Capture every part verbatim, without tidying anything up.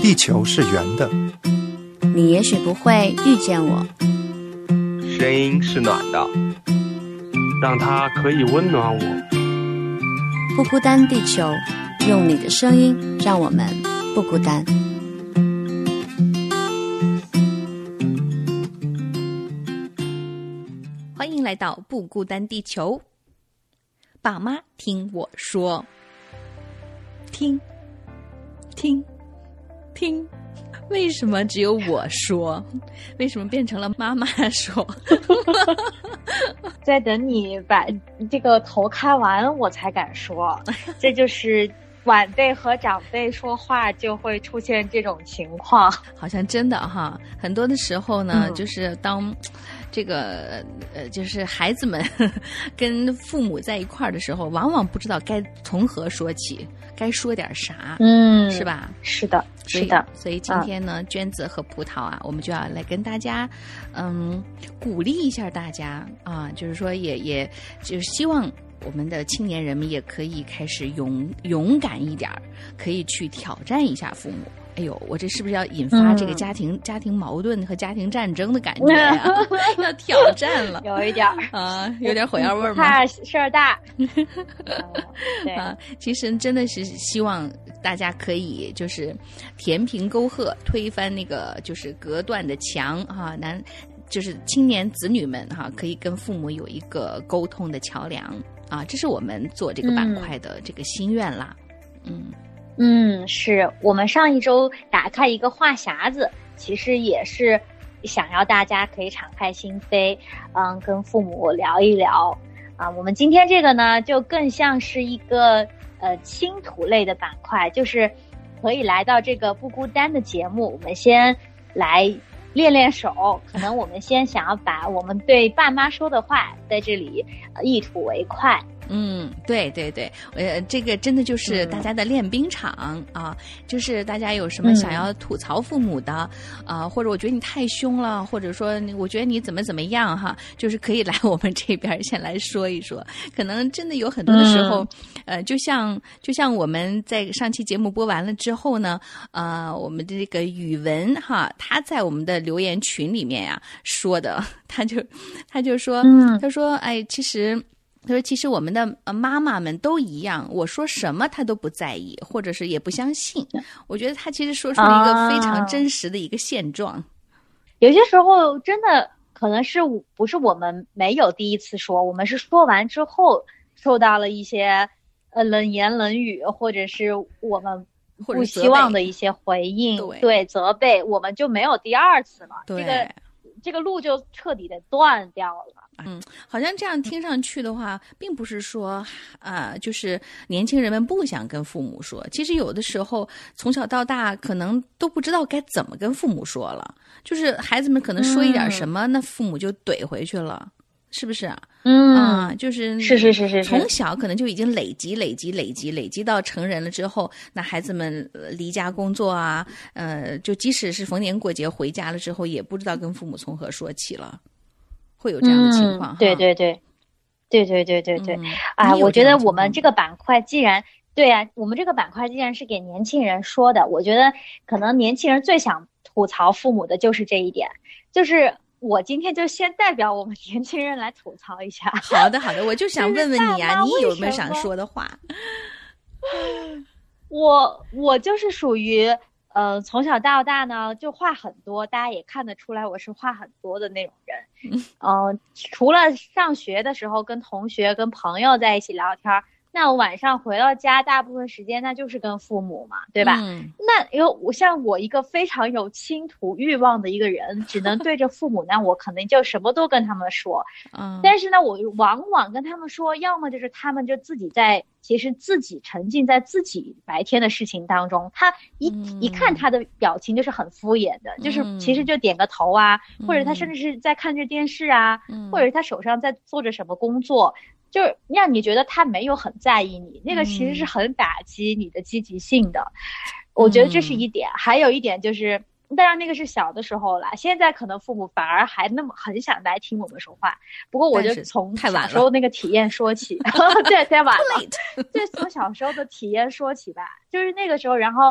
地球是圆的， 你也许不会遇见我。 声音是暖的，让它可以温暖我。 不孤单地球，用你的声音让我们不孤单。 欢迎来到不孤单地球。爸妈听我说，听听听，为什么只有我说？为什么变成了妈妈说？ 在等你把这个头开完我才敢说，这就是晚辈和长辈说话就会出现这种情况。 好像真的哈，很多的时候呢、嗯、就是当这个呃，就是孩子们呵呵跟父母在一块儿的时候，往往不知道该从何说起，该说点啥， 嗯， 是吧？ 是的，是的。 所以今天呢、嗯，娟子和葡萄啊，我们就要来跟大家，嗯，鼓励一下大家啊，就是说也也就是希望我们的青年人们也可以开始勇勇敢一点，可以去挑战一下父母。哎呦，我这是不是要引发这个家庭、嗯、家庭矛盾和家庭战争的感觉呀、啊？要挑战了， 有一点啊，有点火药味吗？ 怕事儿大。嗯、对啊，其实真的是希望大家可以就是填平沟壑，推翻那个就是隔断的墙哈、啊，男就是青年子女们哈、啊，可以跟父母有一个沟通的桥梁啊，这是我们做这个板块的这个心愿啦，嗯。嗯嗯，是我们上一周打开一个话匣子，其实也是想要大家可以敞开心扉，嗯，跟父母聊一聊啊。我们今天这个呢，就更像是一个呃倾吐类的板块，就是可以来到这个不孤单的节目，我们先来练练手，可能我们先想要把我们对爸妈说的话在这里、呃、一吐为快。 嗯，对对对，呃，这个真的就是大家的练兵场、嗯、啊，就是大家有什么想要吐槽父母的、嗯、啊，或者我觉得你太凶了，或者说我觉得你怎么怎么样哈，就是可以来我们这边先来说一说。可能真的有很多的时候，嗯、呃，就像就像我们在上期节目播完了之后呢，呃，我们的这个语文哈，他在我们的留言群里面呀说的，他就他就说，嗯、他说，哎，其实。他说：“其实我们的妈妈们都一样，我说什么她都不在意，或者是也不相信。我觉得他其实说出了一个非常真实的一个现状。啊、 有些时候真的可能是不是我们没有第一次说，我们是说完之后受到了一些呃冷言冷语，或者是我们不希望的一些回应， 对, 对责备，我们就没有第二次了。 对。 这个这个路就彻底的断掉了。” 嗯，好像这样听上去的话，并不是说啊、呃，就是年轻人们不想跟父母说。其实有的时候从小到大，可能都不知道该怎么跟父母说了。就是孩子们可能说一点什么，嗯、那父母就怼回去了，是不是？ 嗯啊，就是是是是是， 从小可能就已经累积累积累积累积到成人了之后，那孩子们离家工作啊，呃，就即使是逢年过节回家了之后，也不知道跟父母从何说起了。会有这样的情况、嗯、 对对对对对对对对、嗯、啊，我觉得我们这个板块既然对啊，我们这个板块既然是给年轻人说的，我觉得可能年轻人最想吐槽父母的就是这一点，就是我今天就先代表我们年轻人来吐槽一下。 好的好的，我就想问问你啊，你有没有想说的话？ 我我就是属于呃，从小到大呢，就话很多，大家也看得出来我是话很多的那种人。嗯、呃，除了上学的时候跟同学、跟朋友在一起聊天，那我晚上回到家，大部分时间那就是跟父母嘛，对吧？嗯、那有我像我一个非常有倾吐欲望的一个人，只能对着父母，那我可能就什么都跟他们说。嗯，但是呢，我往往跟他们说，要么就是他们就自己在。其实自己沉浸在自己白天的事情当中，他一、嗯、一看他的表情就是很敷衍的、嗯、就是其实就点个头啊、嗯、或者他甚至是在看着电视啊、嗯、或者他手上在做着什么工作，就是让你觉得他没有很在意你，那个其实是很打击你的积极性的、嗯、我觉得这是一点、嗯、还有一点就是当然那个是小的时候了，现在可能父母反而还那么很想来听我们说话，不过我就从小时候那个体验说起。对，太晚了。对，从小时候的体验说起吧，就是那个时候，然后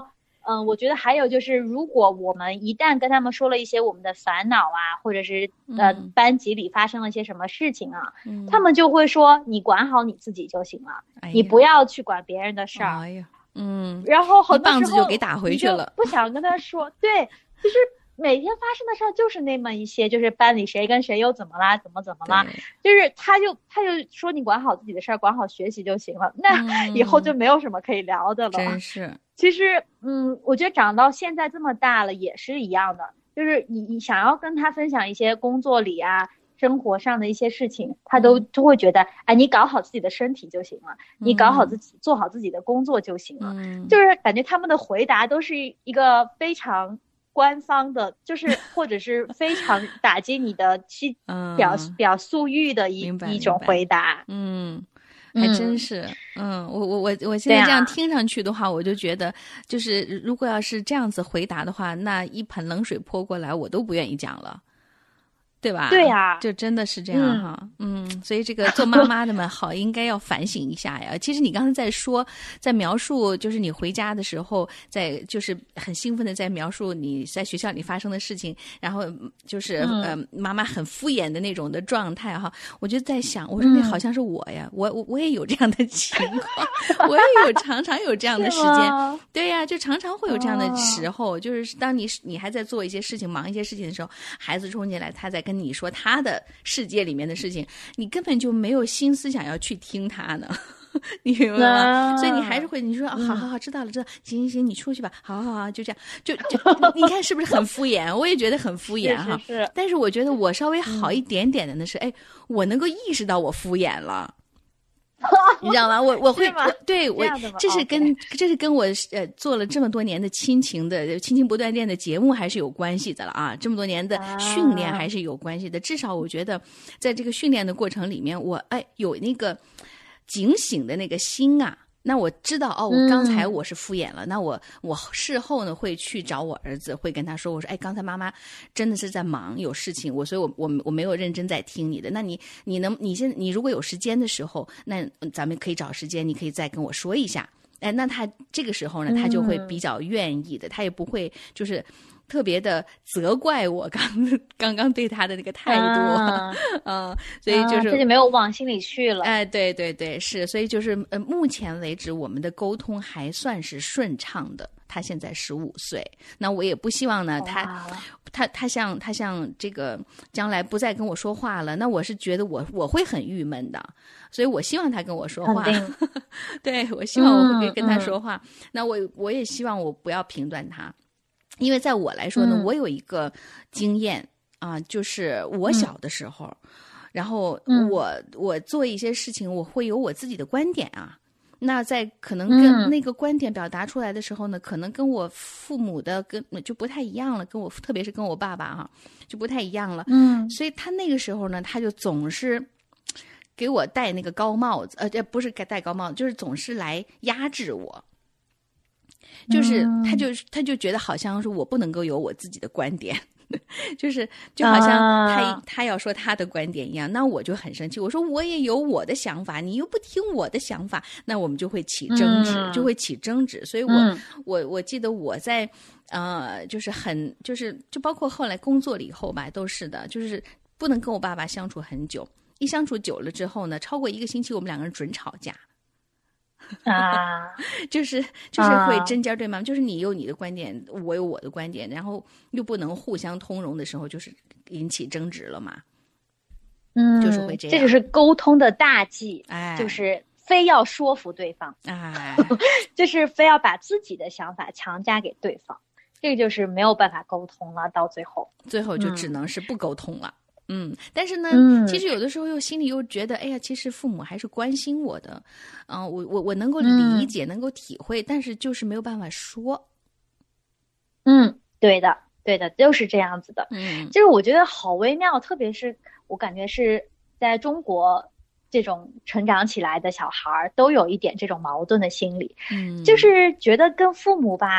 嗯，我觉得还有就是，如果我们一旦跟他们说了一些我们的烦恼啊，或者是呃、嗯、班级里发生了些什么事情啊，嗯、他们就会说你管好你自己就行了，哎、你不要去管别人的事儿。 哎呀，嗯， 然后很多时候一棒子就给打回去了， 不想跟他说，对，就是每天发生的事儿就是那么一些，就是班里谁跟谁又怎么啦，怎么怎么啦，就是他就他就说你管好自己的事儿，管好学习就行了，那以后就没有什么可以聊的了。 嗯、真是。 其实，嗯，我觉得长到现在这么大了也是一样的，就是你你想要跟他分享一些工作里啊、生活上的一些事情，他都都会觉得，哎，你搞好自己的身体就行了，你搞好自己、嗯、做好自己的工作就行了，嗯、就是感觉他们的回答都是一个非常官方的，就是或者是非常打击你的去表、嗯、表素欲的一一种回答， 嗯。还真是，嗯，我我我我现在这样听上去的话，啊、我就觉得，就是如果要是这样子回答的话，那一盆冷水泼过来，我都不愿意讲了。对吧？ 对呀、啊， 就真的是这样哈，嗯，嗯所以这个做妈妈的们好，应该要反省一下呀。其实你刚才在说，在描述，就是你回家的时候，在就是很兴奋的在描述你在学校里发生的事情，然后就是、嗯、呃妈妈很敷衍的那种的状态哈。我就在想，我说那好像是我呀，嗯、我我我也有这样的情况，我也有常常有这样的时间，对呀，就常常会有这样的时候，哦、就是当你你还在做一些事情、忙一些事情的时候，孩子冲进来，他在跟你说他的世界里面的事情，你根本就没有心思想要去听他呢，你明白吗？啊、所以你还是会你说、嗯哦、好好好，知道了知道，行行行，你出去吧，好好好，就这样，就就你看是不是很敷衍？我也觉得很敷衍哈。 是是是， 但是我觉得我稍微好一点点的呢是，嗯、哎，我能够意识到我敷衍了。你知道吗？我我会我对我这是跟 okay. 这是跟我呃做了这么多年的亲情的亲情不断电的节目还是有关系的了啊！这么多年的训练还是有关系的。至少我觉得，在这个训练的过程里面，我哎有那个警醒的那个心啊。那我知道哦，我刚才我是敷衍了。嗯、那我我事后呢会去找我儿子，会跟他说，我说，哎，刚才妈妈真的是在忙，有事情，我所以我我我没有认真在听你的。那你你能你现你如果有时间的时候，那咱们可以找时间，你可以再跟我说一下。哎，那他这个时候呢，他就会比较愿意的，嗯、他也不会就是特别的责怪我刚刚刚对他的那个态度，啊，呃、所以就是、 啊、这就没有往心里去了。 哎，对对对，是，所以就是呃，目前为止我们的沟通还算是顺畅的。他现在十五岁，那我也不希望呢，他他他像他像这个将来不再跟我说话了，那我是觉得我我会很郁闷的，所以我希望他跟我说话。对，我希望我会跟他说话。嗯、那我我也希望我不要评断他。因为在我来说呢，嗯、我有一个经验啊，就是我小的时候，嗯、然后我、嗯、我做一些事情，我会有我自己的观点啊。那在可能跟那个观点表达出来的时候呢，嗯、可能跟我父母的跟就不太一样了，跟我特别是跟我爸爸哈、啊、就不太一样了。嗯，所以他那个时候呢，他就总是给我戴那个高帽子，呃，不是戴高帽子，就是总是来压制我。就是他就他就觉得好像是我不能够有我自己的观点，就是就好像他、啊、他要说他的观点一样，那我就很生气。我说我也有我的想法，你又不听我的想法，那我们就会起争执，嗯、就会起争执。所以我、嗯、我我记得我在呃，就是很就是就包括后来工作了以后吧，都是的，就是不能跟我爸爸相处很久，一相处久了之后呢，超过一个星期，我们两个人准吵架。 啊， 就是就是会针尖对麦，啊、就是你有你的观点，我有我的观点，然后又不能互相通融的时候，就是引起争执了嘛。 嗯， 就是会这样， 这就是沟通的大忌， 哎， 就是非要说服对方， 哎， 就是非要把自己的想法强加给对方，这个就是没有办法沟通了，到最后， 最后就只能是不沟通了。嗯嗯，但是呢， 嗯、 其实有的时候又心里又觉得，哎呀，其实父母还是关心我的，嗯、呃，我我我能够理解，嗯、能够体会，但是就是没有办法说。 嗯，对的，对的，就是这样子的。 嗯， 就是我觉得好微妙，特别是我感觉是在中国这种成长起来的小孩都有一点这种矛盾的心理， 嗯， 就是觉得跟父母吧，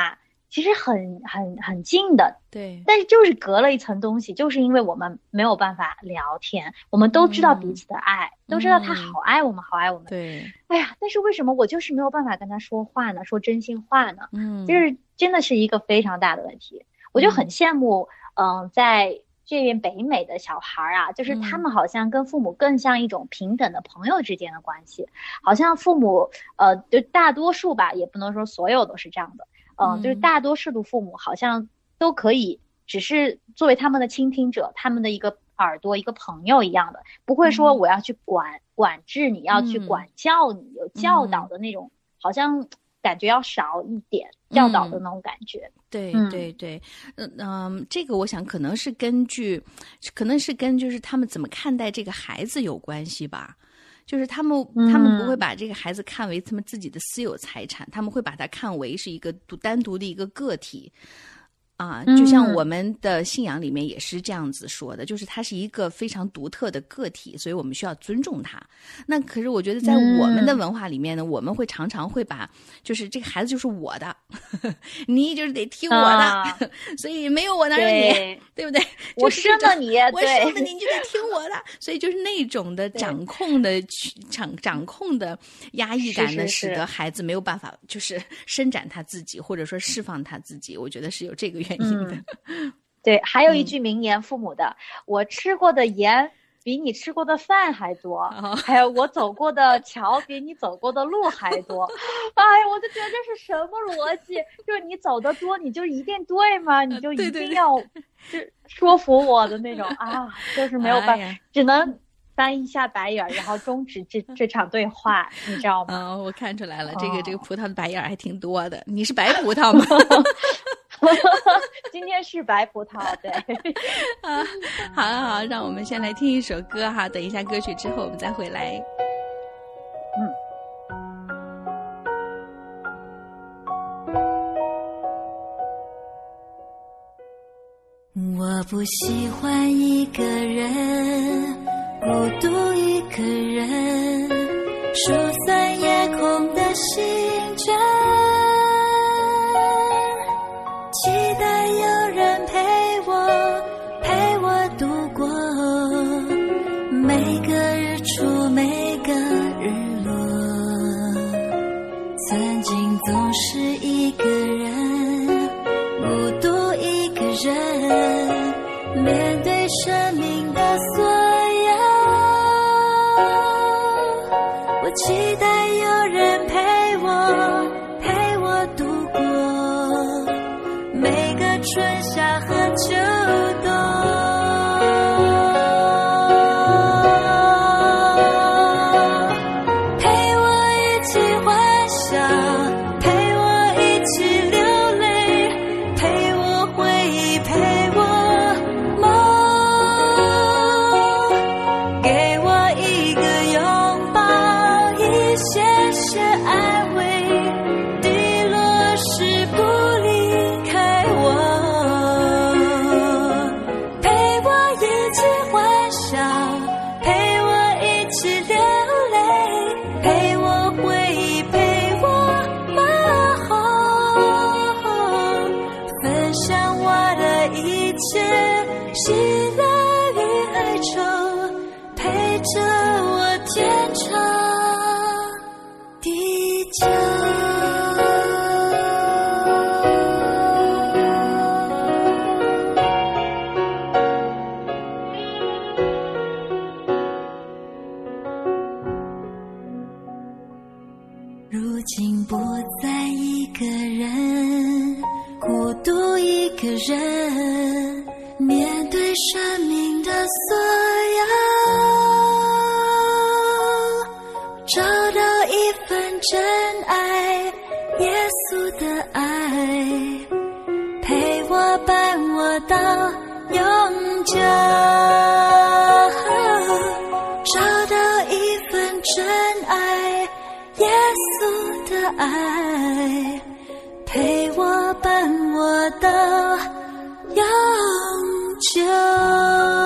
其实很很很近的， 对， 但是就是隔了一层东西，就是因为我们没有办法聊天，我们都知道彼此的爱， 嗯、 都知道他好爱我们，好爱我们。 对， 哎呀，但是为什么我就是没有办法跟他说话呢？说真心话呢？ 嗯， 就是真的是一个非常大的问题。我就很羡慕，嗯、呃，在这边北美的小孩啊，就是他们好像跟父母更像一种平等的朋友之间的关系，好像父母，呃，就大多数吧，也不能说所有都是这样的。嗯、呃，就是大多数的父母好像都可以只是作为他们的倾听者，他们的一个耳朵，一个朋友一样的，不会说我要去管、嗯、管制你，要去管教你、嗯、有教导的那种、嗯、好像感觉要少一点教导的那种感觉。 嗯、对对对，嗯嗯，这个我想可能是根据可能是跟就是他们怎么看待这个孩子有关系吧。就是他们，他们不会把这个孩子看为他们自己的私有财产，他们会把他看为是一个独单独的一个个体。啊，就像我们的信仰里面也是这样子说的，就是他是一个非常独特的个体，所以我们需要尊重他。那可是我觉得在我们的文化里面呢，我们会常常会把，就是这个孩子就是我的，你就是得听我的，啊、所以没有我哪有你， 对, 对不对？ 我生了你， 我生了你，你就得听我的。所以就是那种的掌控的掌掌控的压抑感呢，使得孩子没有办法就是伸展他自己，或者说释放他自己。我觉得是有这个原因的。 嗯、对，还有一句名言，父母的、嗯、我吃过的盐比你吃过的饭还多、哦、还有我走过的桥比你走过的路还多。哎呀，我就觉得这是什么逻辑？就是你走得多你就一定对吗？你就一定要就说服我的那种啊，就是没有办法、哎、只能翻一下白眼，然后终止这这场对话，你知道吗？ 哦，我看出来了，这个、哦、这个葡萄的白眼还挺多的。你是白葡萄吗？ 今天是白葡萄，对。 啊，好好好，让我们先来听一首歌哈，等一下歌曲之后我们再回来。 嗯，我不喜欢一个人，孤独一个人，疏散夜空的星辰，期待有人陪我，陪我度过每个日出，每个日落。曾经总是一个人，孤独一个人，面对生命的所有。我期待有人陪我，陪我度过每个春夏和秋冬，陪我一起幻想，陪我一起流泪，陪我回忆，陪我梦，给我一个拥抱，一些些安慰，低落时不离开我，陪我一起幻想，陪我一起流泪，陪我回忆，陪我梦，分享我的一切，喜乐与哀愁，陪着我天长地久。如今不再一个人，孤独一个人，面对生命的所有，找到一份真爱，耶稣的爱，陪我伴我到永久，找到一份真爱，耶稣的爱，陪我伴我到永久。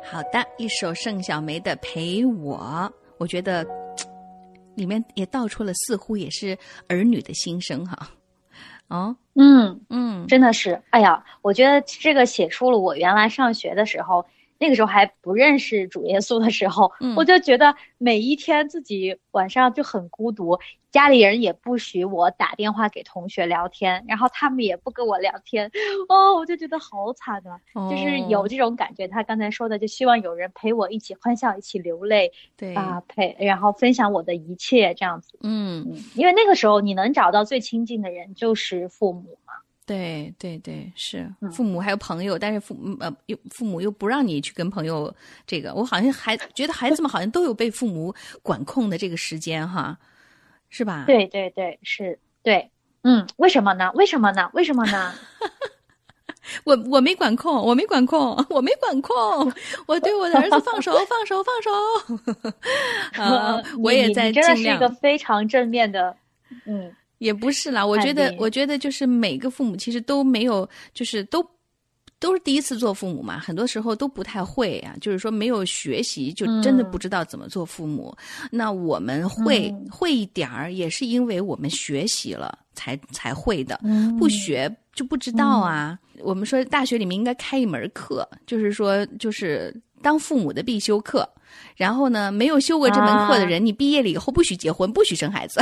好的，一首盛小梅的《陪我》，我觉得里面也道出了似乎也是儿女的心声哈。哦， 嗯嗯， 真的是，哎呀，我觉得这个写出了我原来上学的时候，那个时候还不认识主耶稣的时候， 嗯、 我就觉得每一天自己晚上就很孤独，家里人也不许我打电话给同学聊天，然后他们也不跟我聊天，哦，我就觉得好惨啊， 哦、 就是有这种感觉。他刚才说的，就希望有人陪我一起欢笑，一起流泪， 对啊，陪，然后分享我的一切这样子。 嗯， 嗯，因为那个时候你能找到最亲近的人就是父母嘛。 对对对，是父母还有朋友，嗯、但是父母呃又父母又不让你去跟朋友这个，我好像还觉得孩子们好像都有被父母管控的这个时间哈，是吧？ 对对对，是，对，嗯，为什么呢？为什么呢？为什么呢？ 我我没管控，我没管控，我没管控，我对我的儿子放手，放手，放手。啊，我也在尽量。 你真的是一个非常正面的，嗯。 也不是啦，我觉得，我觉得就是每个父母其实都没有，就是都都是第一次做父母嘛，很多时候都不太会啊，就是说没有学习，就真的不知道怎么做父母。嗯、那我们会、嗯、会一点儿，也是因为我们学习了才才会的，嗯、不学就不知道啊。嗯、我们说大学里面应该开一门课，就是说就是当父母的必修课。然后呢，没有修过这门课的人，啊、你毕业了以后不许结婚，不许生孩子。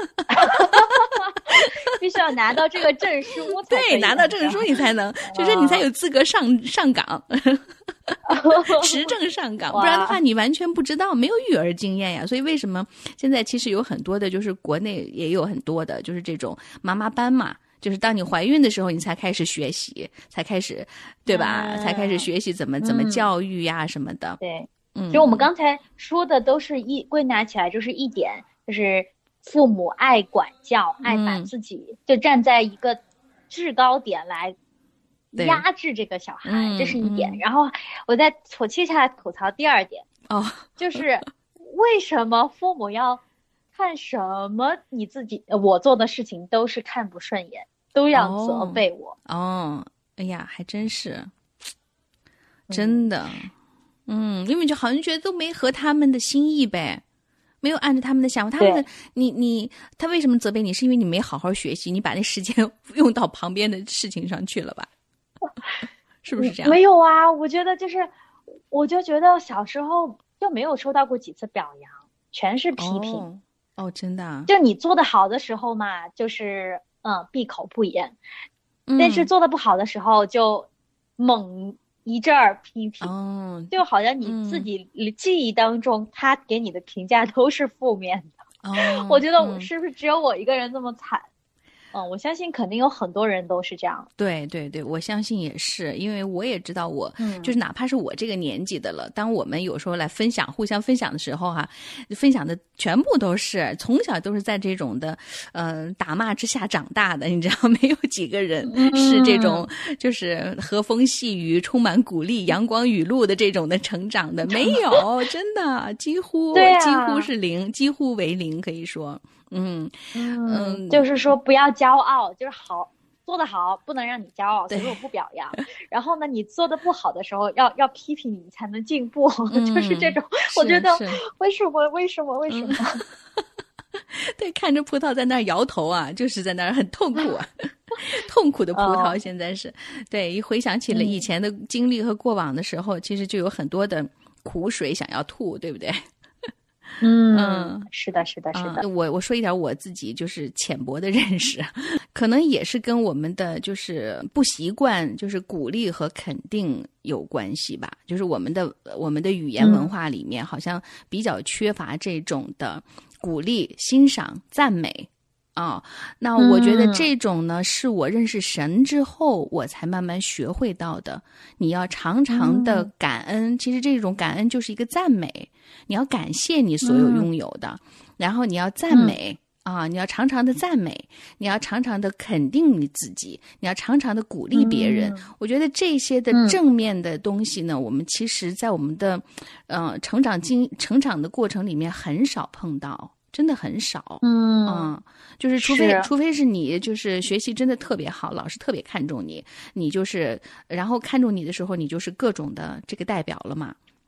必须要拿到这个证书才对，拿到证书你才能，就是你才有资格上上岗，持证上岗，不然的话你完全不知道，没有育儿经验呀。所以为什么现在其实有很多的，就是国内也有很多的，就是这种妈妈班嘛。就是当你怀孕的时候，你才开始学习，才开始，对吧？嗯、才开始学习怎么怎么教育呀、嗯、什么的。 对，嗯，就我们刚才说的都是一归纳起来就是一点，就是父母爱管教，爱把自己、嗯、就站在一个制高点来压制这个小孩，这是一点。嗯、然后我再我接下来吐槽第二点哦， 就是为什么父母要看什么你自己我做的事情都是看不顺眼，都要责备我。 哦，哦哎呀，还真是，真的。嗯嗯，因为就好像觉得都没合他们的心意呗，没有按照他们的想法。他们的你你他为什么责备你？是因为你没好好学习，你把那时间用到旁边的事情上去了吧？是不是这样？ 没有啊，我觉得就是，我就觉得小时候就没有收到过几次表扬，全是批评。 哦，哦真的、啊。 就你做得好的时候嘛，就是嗯闭口不言，嗯、但是做得不好的时候就猛。一阵儿批评，哦、就好像你自己记忆当中，嗯、他给你的评价都是负面的。哦、我觉得是不是只有我一个人这么惨？嗯，我相信肯定有很多人都是这样。 对对对，我相信也是，因为我也知道我，嗯、就是哪怕是我这个年纪的了，当我们有时候来分享、互相分享的时候哈、啊，分享的全部都是从小都是在这种的，嗯、呃，打骂之下长大的，你知道，没有几个人是这种，嗯、就是和风细雨、充满鼓励、阳光雨露的这种的成长的，没有，真的几乎、 啊、 几乎是零，几乎为零，可以说。嗯嗯，就是说不要骄傲，就是好做得好不能让你骄傲，所以我不表扬。然后呢，你做得不好的时候要要批评你才能进步，嗯、就是这种。我觉得为什么为什么为什么？ 嗯、对，看着葡萄在那儿摇头啊，就是在那儿很痛苦啊，痛苦的葡萄现在是。哦、对，一回想起了以前的经历和过往的时候，嗯、其实就有很多的苦水想要吐，对不对？ 嗯嗯，是的，是的，是的。 嗯、我我说一点我自己就是浅薄的认识，可能也是跟我们的就是不习惯，就是鼓励和肯定有关系吧。就是我们的我们的语言文化里面，好像比较缺乏这种的鼓励、欣赏、赞美。啊、哦，那我觉得这种呢，嗯、是我认识神之后，我才慢慢学会到的。你要常常的感恩，嗯、其实这种感恩就是一个赞美，你要感谢你所有拥有的，嗯、然后你要赞美、嗯、啊，你要常常的赞美，你要常常的肯定你自己，你要常常的鼓励别人。嗯、我觉得这些的正面的东西呢，嗯、我们其实在我们的呃成长经成长的过程里面很少碰到。真的很少， 嗯嗯，就是除非除非是你就是学习真的特别好，老师特别看重你，你就是然后看重你的时候，你就是各种的这个代表了嘛。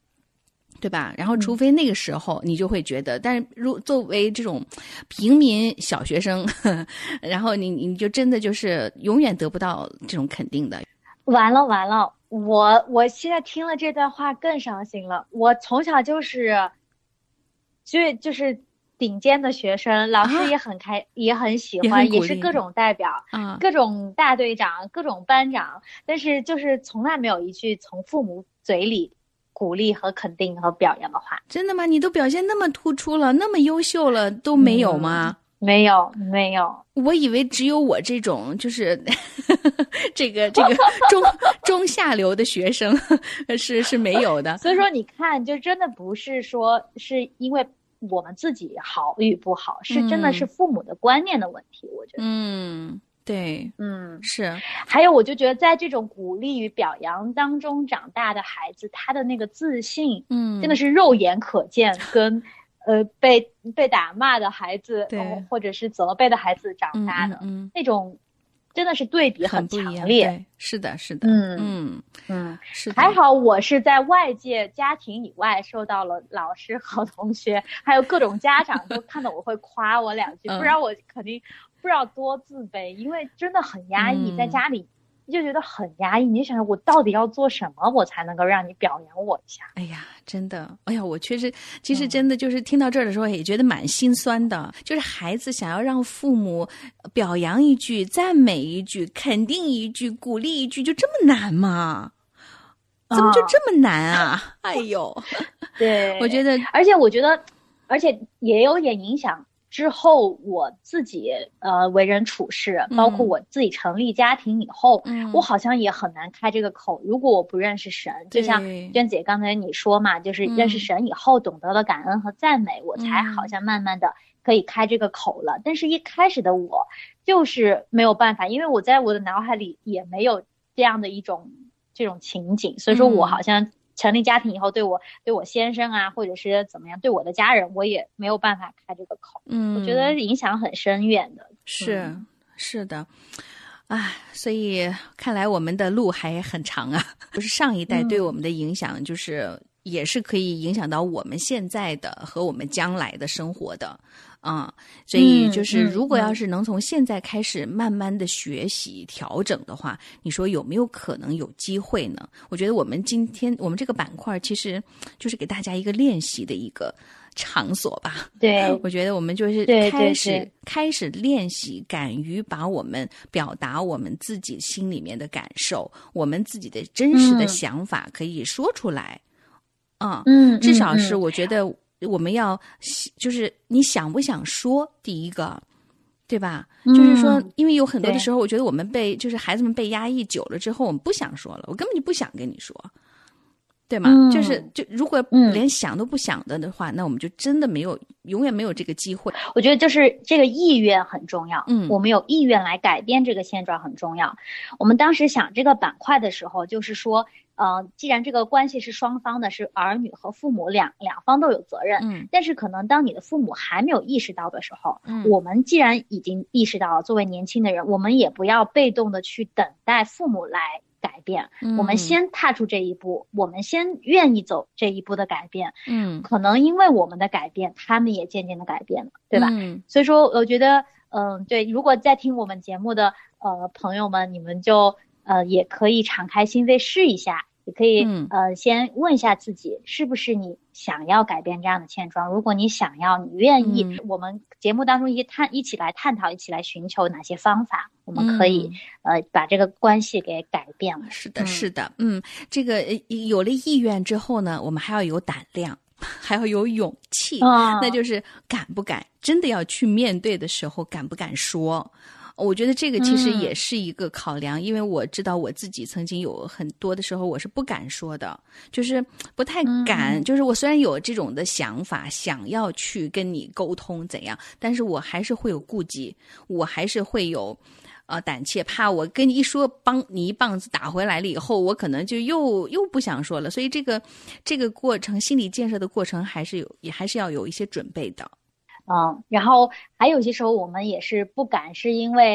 对吧？然后除非那个时候你就会觉得，嗯、但是如作为这种平民小学生，呵呵然后你你就真的就是永远得不到这种肯定的。 完了完了，我我现在听了这段话更伤心了。我从小就是就就是顶尖的学生，老师也很开、啊、也很喜欢， 也, 也是各种代表、啊、各种大队长，各种班长，但是就是从来没有一句从父母嘴里鼓励和肯定和表扬的话。 真的吗？你都表现那么突出了，那么优秀了，都没有吗？ 嗯、没有没有。 我以为只有我这种就是这个这个中中下流的学生是是没有的。 所以说你看，就真的不是说是因为我们自己好与不好，是真的是父母的观念的问题。我觉得嗯，对， 嗯是。 还有我就觉得在这种鼓励与表扬当中长大的孩子，他的那个自信嗯，真的是肉眼可见，跟呃，被被打骂的孩子，呃、或者是责备的孩子长大的、嗯嗯、那种，真的是对比很强烈。 对，是的，是的， 嗯嗯嗯， 是的。 还好我是在外界家庭以外受到了老师和同学，还有各种家长都看到我会夸我两句，嗯、不然我肯定不知道多自卑，因为真的很压抑，嗯、在家里。就觉得很压抑，你想想我到底要做什么，我才能够让你表扬我一下？ 哎呀，真的，哎呀，我确实，其实真的就是听到这儿的时候，也觉得蛮心酸的。嗯、就是孩子想要让父母表扬一句、赞美一句、肯定一句、鼓励一句，就这么难吗？怎么就这么难啊？哦、哎呦， 对， 我觉得， 而且我觉得，而且也有点影响。之后我自己呃为人处事，包括我自己成立家庭以后，嗯、我好像也很难开这个口。如果我不认识神，就像娟姐刚才你说嘛，就是认识神以后懂得了感恩和赞美，嗯、我才好像慢慢的可以开这个口了。但是一开始的我就是没有办法，因为我在我的脑海里也没有这样的一种这种情景，所以说我好像成立家庭以后，对我对我先生啊，或者是怎么样，对我的家人，我也没有办法开这个口。嗯，我觉得影响很深远的。 是、 嗯、 是的，唉，所以看来我们的路还很长啊。不是上一代对我们的影响，就是、嗯、也是可以影响到我们现在的和我们将来的生活的。啊、嗯，所以就是如果要是能从现在开始慢慢的学习调整的话，你说有没有可能有机会呢？我觉得我们今天我们这个板块其实就是给大家一个练习的一个场所吧。 对， 我觉得我们就是开始对对对开始练习，敢于把我们表达我们自己心里面的感受，我们自己的真实的想法可以说出来。啊、嗯，至少是我觉得。我们要就是你想不想说第一个，对吧？嗯、就是说，因为有很多的时候，我觉得我们被就是孩子们被压抑久了之后，我们不想说了，我根本就不想跟你说，对吗？嗯、就是就如果连想都不想的的话，嗯、那我们就真的没有永远没有这个机会。 我觉得就是这个意愿很重要，嗯，我们有意愿来改变这个现状很重要。我们当时想这个板块的时候，就是说。呃，既然这个关系是双方的，是儿女和父母两两方都有责任，嗯，但是可能当你的父母还没有意识到的时候，嗯，我们既然已经意识到了，作为年轻的人，我们也不要被动的去等待父母来改变，嗯，我们先踏出这一步，我们先愿意走这一步的改变，嗯，可能因为我们的改变，他们也渐渐的改变了，对吧？嗯，所以说，我觉得，嗯、呃，对，如果在听我们节目的呃朋友们，你们就。呃，也可以敞开心扉试一下，也可以、嗯、呃，先问一下自己，是不是你想要改变这样的现状？如果你想要，你愿意，嗯、我们节目当中一探一起来探讨，一起来寻求哪些方法，我们可以、嗯、呃把这个关系给改变了。 是的，是的，嗯，这个有了意愿之后呢，我们还要有胆量。还要有勇气、哦、那就是敢不敢真的要去面对的时候敢不敢说。我觉得这个其实也是一个考量、嗯、因为我知道我自己曾经有很多的时候我是不敢说的，就是不太敢、嗯、就是我虽然有这种的想法想要去跟你沟通怎样，但是我还是会有顾忌，我还是会有呃胆怯，怕我跟你一说帮你一棒子打回来了以后我可能就又又不想说了，所以这个这个过程心理建设的过程还是有也还是要有一些准备的。 嗯，然后还有些时候我们也是不敢，是因为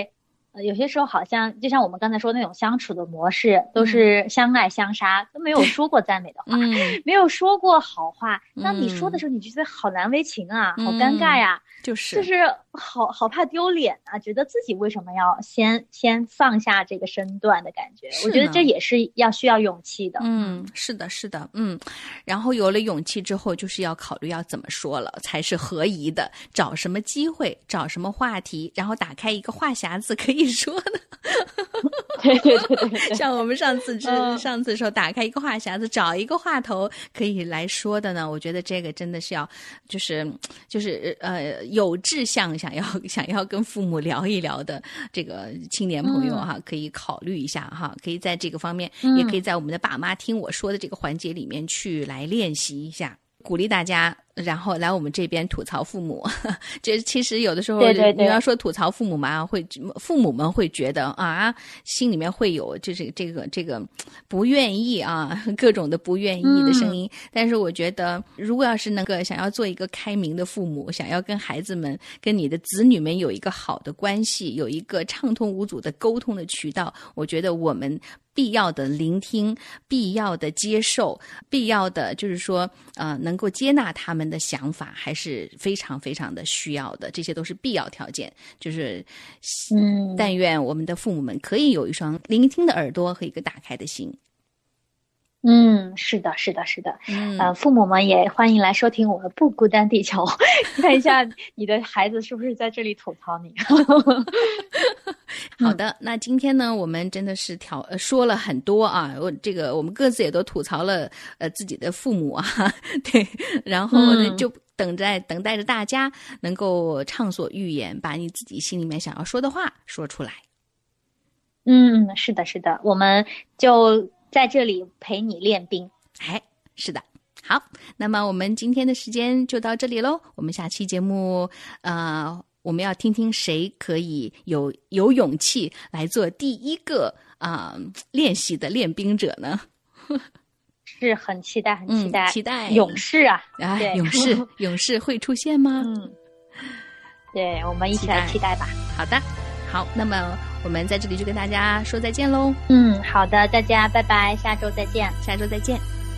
呃，有些时候好像就像我们刚才说那种相处的模式，都是相爱相杀，都没有说过赞美的话， 嗯， 没有说过好话。 嗯当你说的时候，你觉得好难为情啊，好尴尬呀， 就是就是好好怕丢脸啊，觉得自己为什么要先先放下这个身段的感觉。 是我觉得呢这也是要需要勇气的。 嗯，是的，是的，嗯，然后有了勇气之后，就是要考虑要怎么说了才是合宜的，找什么机会，找什么话题，然后打开一个话匣子可以说的。 对对对对对， 像我们上次之、 嗯上次说，打开一个话匣子，找一个话头可以来说的呢，我觉得这个真的是要，就是就是呃有志向想要想要跟父母聊一聊的这个青年朋友哈，可以考虑一下哈，可以在这个方面， 嗯也可以在我们的爸妈听我说的这个环节里面去来练习一下。鼓励大家，然后来我们这边吐槽父母。这其实有的时候， 对对对你要说吐槽父母嘛，会父母们会觉得啊，心里面会有就是这个这个不愿意啊，各种的不愿意的声音。嗯、但是我觉得，如果要是能够想要做一个开明的父母，想要跟孩子们、跟你的子女们有一个好的关系，有一个畅通无阻的沟通的渠道，我觉得我们必要的聆听，必要的接受，必要的就是说，呃，能够接纳他们的想法，还是非常非常的需要的。这些都是必要条件。就是， 嗯， 但愿我们的父母们可以有一双聆听的耳朵和一个打开的心。 嗯，是的，是的，是的。 嗯， 呃，父母们也欢迎来收听我们不孤单地球，看一下你的孩子是不是在这里吐槽你。 好的，那今天呢，我们真的是调呃说了很多啊，我这个我们各自也都吐槽了呃自己的父母啊，对，然后呢、嗯、就等待等待着大家能够畅所欲言，把你自己心里面想要说的话说出来。 嗯，是的，是的，我们就在这里陪你练兵。 哎，是的。好，那么我们今天的时间就到这里喽。我们下期节目，呃，我们要听听谁可以有有勇气来做第一个啊、呃、练习的练兵者呢？ 是很期待，很期待， 嗯、期待勇士啊！ 哎，勇士，勇士会出现吗？ 嗯，对，我们一起来期待吧。 好的，好，那么我们在这里就跟大家说再见喽。 嗯，好的，大家拜拜，下周再见， 下周再见。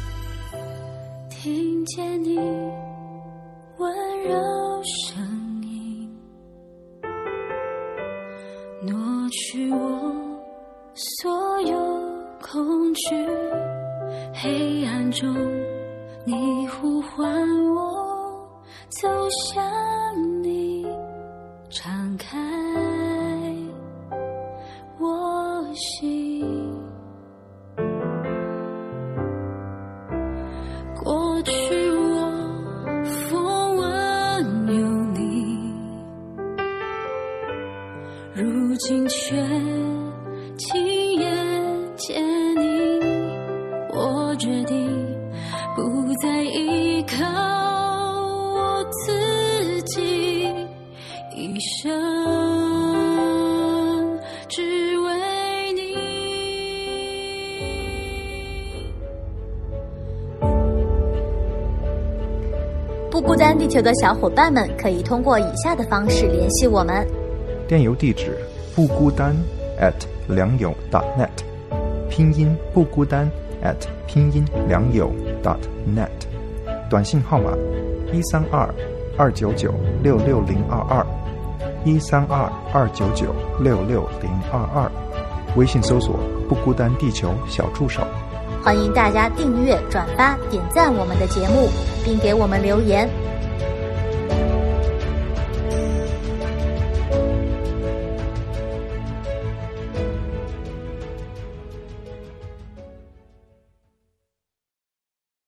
听见你温柔声音，挪去我所有恐惧，黑暗中你呼唤我走向你，敞开我心。过去我风闻有你，如今却亲眼见你，我决定不再依靠我自己，一生只为你。 不孤单地球的小伙伴们可以通过以下的方式联系我们： 电邮地址不孤单 at 良友 .net， 拼音不孤单 at 拼音良友 .net， 短信号码一三二二九九六六零二二一三二二九九六六零二二，微信搜索不孤单地球小助手。 欢迎大家订阅、转发、点赞我们的节目，并给我们留言。